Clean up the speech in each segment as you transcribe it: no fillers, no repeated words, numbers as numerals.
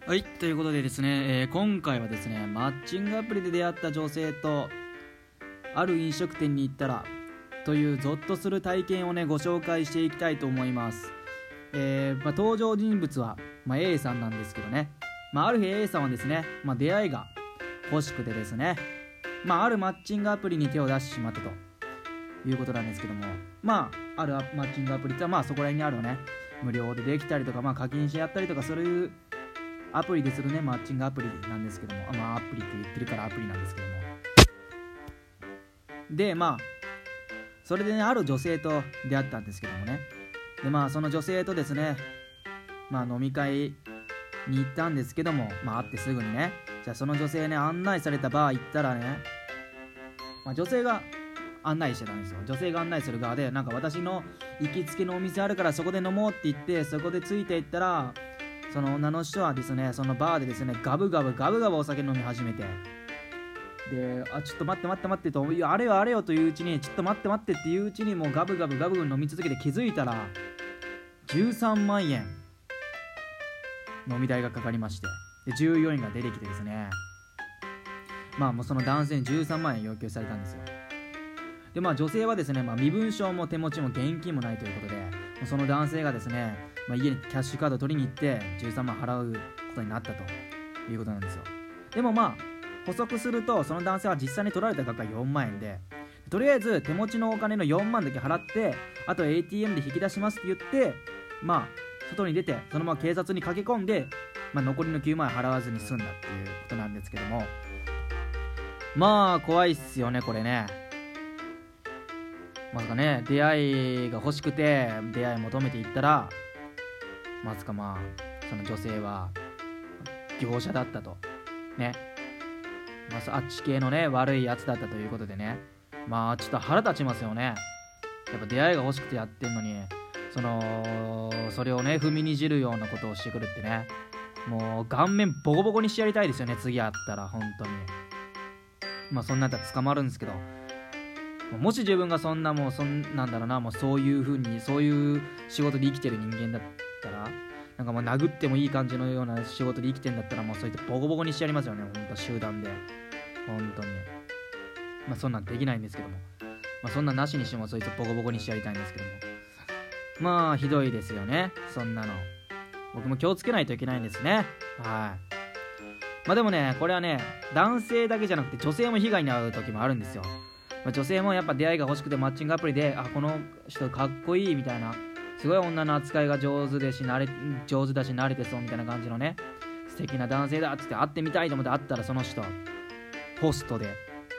はい、ということでですね、今回はですね、マッチングアプリで出会った女性とある飲食店に行ったらというゾッとする体験をねご紹介していきたいと思います。登場人物は、A さんなんですけどね、ある日 A さんはですね、出会いが欲しくてですね、あるマッチングアプリに手を出してしまったということなんですけども、あるマッチングアプリってそこら辺にあるのね、無料でできたりとか、課金してやったりとかするアプリでするね、マッチングアプリなんですけども、アプリって言ってるからアプリなんですけども、でそれでね、ある女性と出会ったんですけどもね、でその女性とですね、飲み会に行ったんですけども、会ってすぐにね、じゃあその女性ね、案内されたバー行ったらね、女性が案内してたんですよ。女性が案内する側で、私の行きつけのお店あるからそこで飲もうって言って、そこでついていったら、その女の人はですね、そのバーでですね、ガブガブお酒飲み始めて、で、ちょっと待ってと、いや、あれよといううちに、ちょっと待ってっていううちに、もうガブガブ飲み続けて、気づいたら13万円飲み代がかかりまして、で14円が出てきてですね、もうその男性に13万円要求されたんですよ。で女性はですね、身分証も手持ちも現金もないということで、その男性がですね、家にキャッシュカードを取りに行って13万払うことになったということなんですよ。でも補足すると、その男性は実際に取られた額は4万円で、とりあえず手持ちのお金の4万だけ払って、あと ATM で引き出しますって言って、外に出てそのまま警察に駆け込んで、残りの9万円払わずに済んだっていうことなんですけども、怖いっすよねこれね。まさかね、出会いが欲しくて出会い求めていったら、まさかその女性は業者だったとね、あっち系のね悪いやつだったということでね、ちょっと腹立ちますよね。やっぱ出会いが欲しくてやってんのに、それをね踏みにじるようなことをしてくるってね、もう顔面ボコボコにしてやりたいですよね、次会ったら本当に。そんなんだったら捕まるんですけど、もし自分がそんななんだろうな、そういう風にそういう仕事で生きてる人間だったら、殴ってもいい感じのような仕事で生きてんだったら、そういったボコボコにしてやりますよね、本当集団で本当に。そんなんできないんですけども、そんなんなしにしてもそいつボコボコにしてやりたいんですけども、ひどいですよね、そんなの。僕も気をつけないといけないんですね。でもね、これはね、男性だけじゃなくて女性も被害に遭う時もあるんですよ。女性もやっぱ出会いが欲しくてマッチングアプリで、この人かっこいいみたいな、すごい女の扱いが上手だし慣れてそうみたいな感じのね、素敵な男性だっつって会ってみたいと思って会ったら、その人ホストで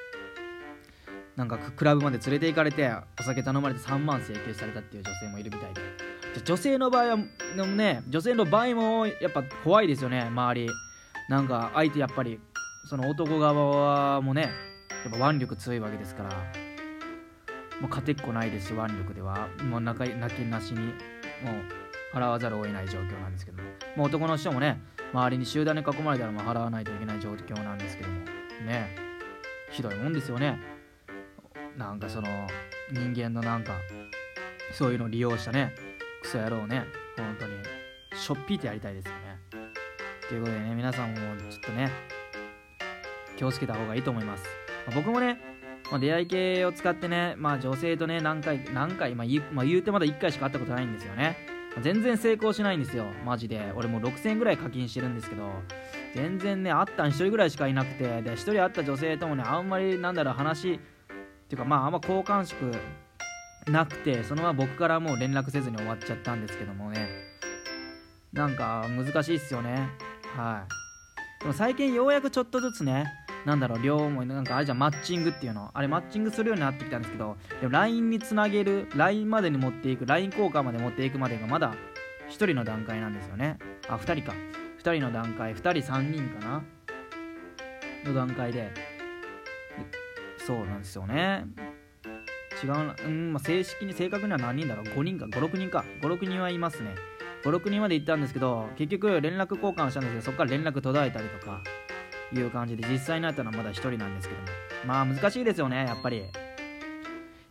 クラブまで連れて行かれてお酒頼まれて3万請求されたっていう女性もいるみたいで、女性の場合もやっぱ怖いですよね、周り。相手やっぱりその男側もね、やっぱ腕力強いわけですから、勝てっこないですし、腕力ではもう泣きなしにもう払わざるを得ない状況なんですけども、男の人もね、周りに集団に囲まれたら払わないといけない状況なんですけどもね、ひどいもんですよね。その人間のそういうのを利用したねクソ野郎をね、本当にしょっぴいてやりたいですよね。ということでね、皆さんもちょっとね気をつけた方がいいと思います。僕もね、出会い系を使ってね、女性とね何回、言うてまだ1回しか会ったことないんですよね。全然成功しないんですよ、マジで。俺もう6000円ぐらい課金してるんですけど、全然ね、会ったん1人ぐらいしかいなくて、で1人会った女性ともね、あんまり話っていうか、あんま好感触なくて、そのまま僕からもう連絡せずに終わっちゃったんですけどもね、難しいっすよね。でも最近ようやくちょっとずつね、両思いのあれじゃん、マッチングっていうの、あれマッチングするようになってきたんですけど、でも LINE につなげる、 LINE までに持っていく、 LINE 交換まで持っていくまでがまだ1人の段階なんですよね。2人か、2人の段階、2人3人かなの段階で、そうなんですよね。違うな、正確には何人だろう、5人か56人か、56人はいますね。56人まで行ったんですけど、結局連絡交換したんですけど、そこから連絡途絶えたりとかいう感じで、実際になったのはまだ1人なんですけども、難しいですよね、やっぱり。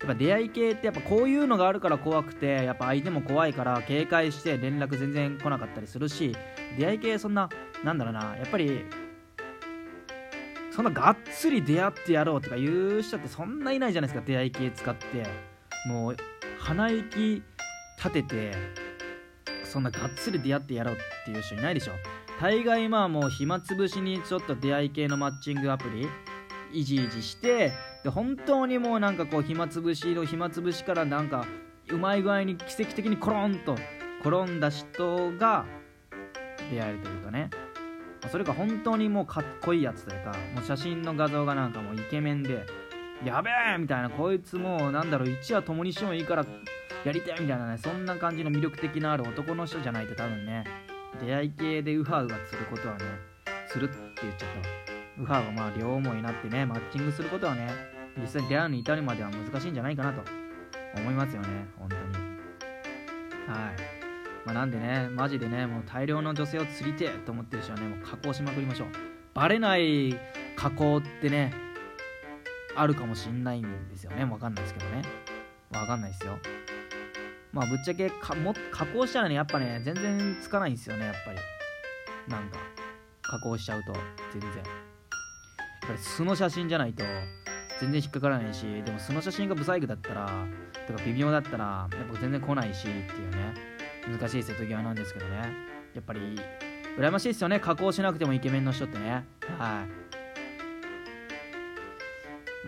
ぱ出会い系ってやっぱこういうのがあるから怖くて、やっぱ相手も怖いから警戒して連絡全然来なかったりするし、出会い系そんな、なんだろうな、やっぱりそんながっつり出会ってやろうとか言う人ってそんないないじゃないですか。出会い系使ってもう鼻息立ててそんながっつり出会ってやろうっていう人いないでしょ。大概まあもう暇つぶしにちょっと出会い系のマッチングアプリいじいじして、で本当にもうなんかこう暇つぶしからなんかうまい具合に奇跡的にコロンと転んだ人が出会えるというかね、それか本当にもうかっこいいやつというか、もう写真の画像がなんかもうイケメンでやべえみたいな、こいつもうなんだろう一夜共にしてもいいからやりたいみたいなね、そんな感じの魅力的なある男の人じゃないと多分ね、出会い系でウハウハすることはね、するって言っちゃったウハウハまあ両思いになってねマッチングすることはね、実際に出会うに至るまでは難しいんじゃないかなと思いますよね、本当に。はい。まあ、なんでね、マジでね、もう大量の女性を釣りてえと思ってる人はね、もう加工しまくりましょう。バレない加工ってね、あるかもしんないんですよね。わかんないですけどね。わかんないですよ。まあ、ぶっちゃけ加工したらね、やっぱね、全然つかないんですよね、やっぱり。なんか、加工しちゃうと、全然。やっぱり素の写真じゃないと、全然引っかからないし、でも素の写真がブサイクだったら、とか微妙だったら、やっぱ全然来ないしっていうね。難しい瀬戸際なんですけどね。やっぱり羨ましいですよね、加工しなくてもイケメンの人ってね。はい。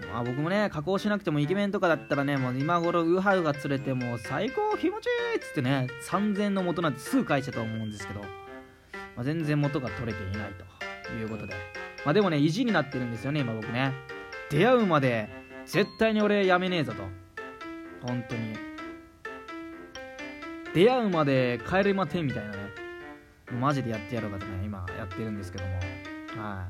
まあ僕もね、加工しなくてもイケメンとかだったらね、もう今頃ウハウが釣れてもう最高気持ちいいっつってね、3000の元なんてすぐ返したと思うんですけど、まあ、全然元が取れていないということで、まあでもね、意地になってるんですよね今僕ね。出会うまで絶対に俺やめねえぞと、本当に出会うまで帰れまてんみたいなね、マジでやってやろうかとね今やってるんですけども、はい、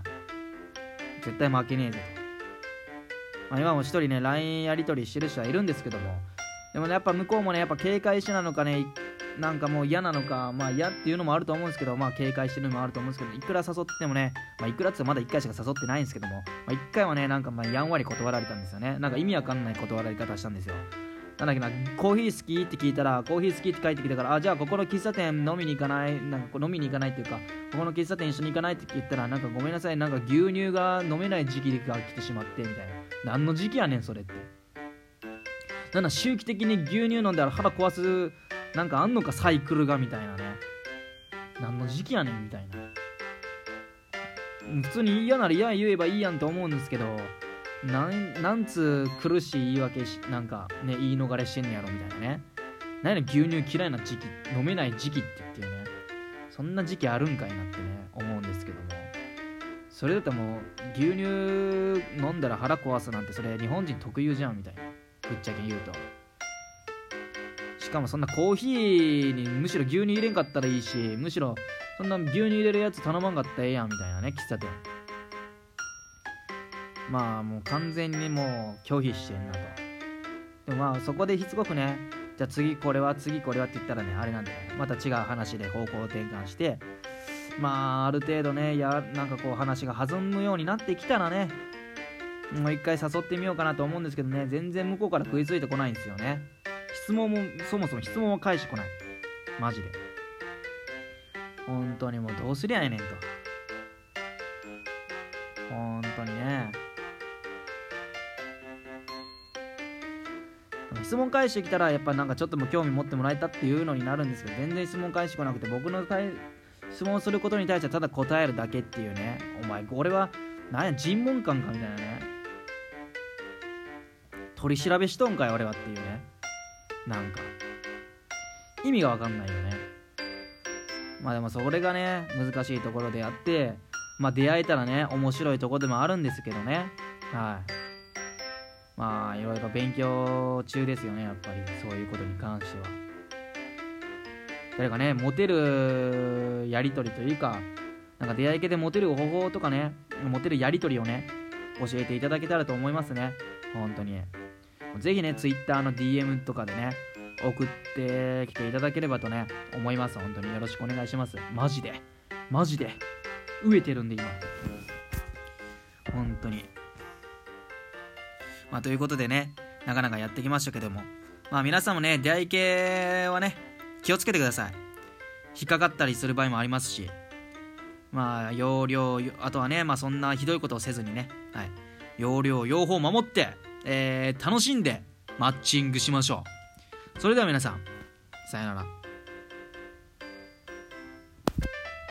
絶対負けねえぜと。まあ、今も一人ね LINE やり取りしてる人はいるんですけども、でもねやっぱ向こうもねやっぱ警戒してなのかね、なんかもう嫌なのか、まあ嫌っていうのもあると思うんですけど、まあ警戒してるのもあると思うんですけど、いくら誘ってもね、まあいくらってまだ1回しか誘ってないんですけども、まあ1回はねなんかまあやんわり断られたんですよね。なんか意味わかんない断られ方したんですよ。なんだっけな、コーヒー好きって聞いたら、コーヒー好きって帰ってきたから、あ、じゃあここの喫茶店飲みに行かない、なんか飲みに行かないっていうか、ここの喫茶店一緒に行かないって言ったら、なんかごめんなさい、なんか牛乳が飲めない時期が来てしまってみたいな。何の時期やねんそれって。なんだ周期的に牛乳飲んだら腹壊すなんかあんのかサイクルがみたいなね。何の時期やねんみたいな。普通に嫌なら嫌言えばいいやんと思うんですけど、なんつ苦しい言い訳なんかね言い逃れしてんねやろみたいなね。何やねん牛乳嫌いな時期、飲めない時期っていうね、そんな時期あるんかいなってね思うんですけども、それだったらもう牛乳飲んだら腹壊すなんてそれ日本人特有じゃんみたいな、ぶっちゃけ言うと。しかもそんなコーヒーにむしろ牛乳入れんかったらいいし、むしろそんな牛乳入れるやつ頼まんかったらええやんみたいなね、喫茶店。まあもう完全にもう拒否してんなと。でもまあそこでしつこくね、じゃあ次これはって言ったらねあれなんで、ね、また違う話で方向転換して、まあある程度ねなんかこう話が弾むようになってきたらね、もう一回誘ってみようかなと思うんですけどね、全然向こうから食いついてこないんですよね。質問もそもそも質問を返してこない、マジで。本当にもうどうすりゃええねんと、本当にね。質問返してきたらやっぱなんかちょっとも興味持ってもらえたっていうのになるんですけど、全然質問返してこなくて、僕の質問することに対してただ答えるだけっていうね。お前これは何や尋問官かみたいなね、取り調べしとんかい俺はっていうね、なんか意味がわかんないよね。まあでもそれがね難しいところであって、まあ出会えたらね面白いところでもあるんですけどね。はい。まあいろいろ勉強中ですよね、やっぱりそういうことに関しては。誰かねモテるやり取りというか、なんか出会い系でモテる方法とかね、モテるやり取りをね教えていただけたらと思いますね、本当に。ぜひね Twitter の DM とかでね送ってきていただければとね思います。本当によろしくお願いします。マジで飢えてるんで今本当に。まあということでね、 なかなかやってきましたけども、まあ皆さんもね、出会い系はね、気をつけてください。引っかかったりする場合もありますし、まあ要領、あとはね、まあそんなひどいことをせずにね、はい、要領用法を守って、楽しんでマッチングしましょう。それでは皆さん、さよなら。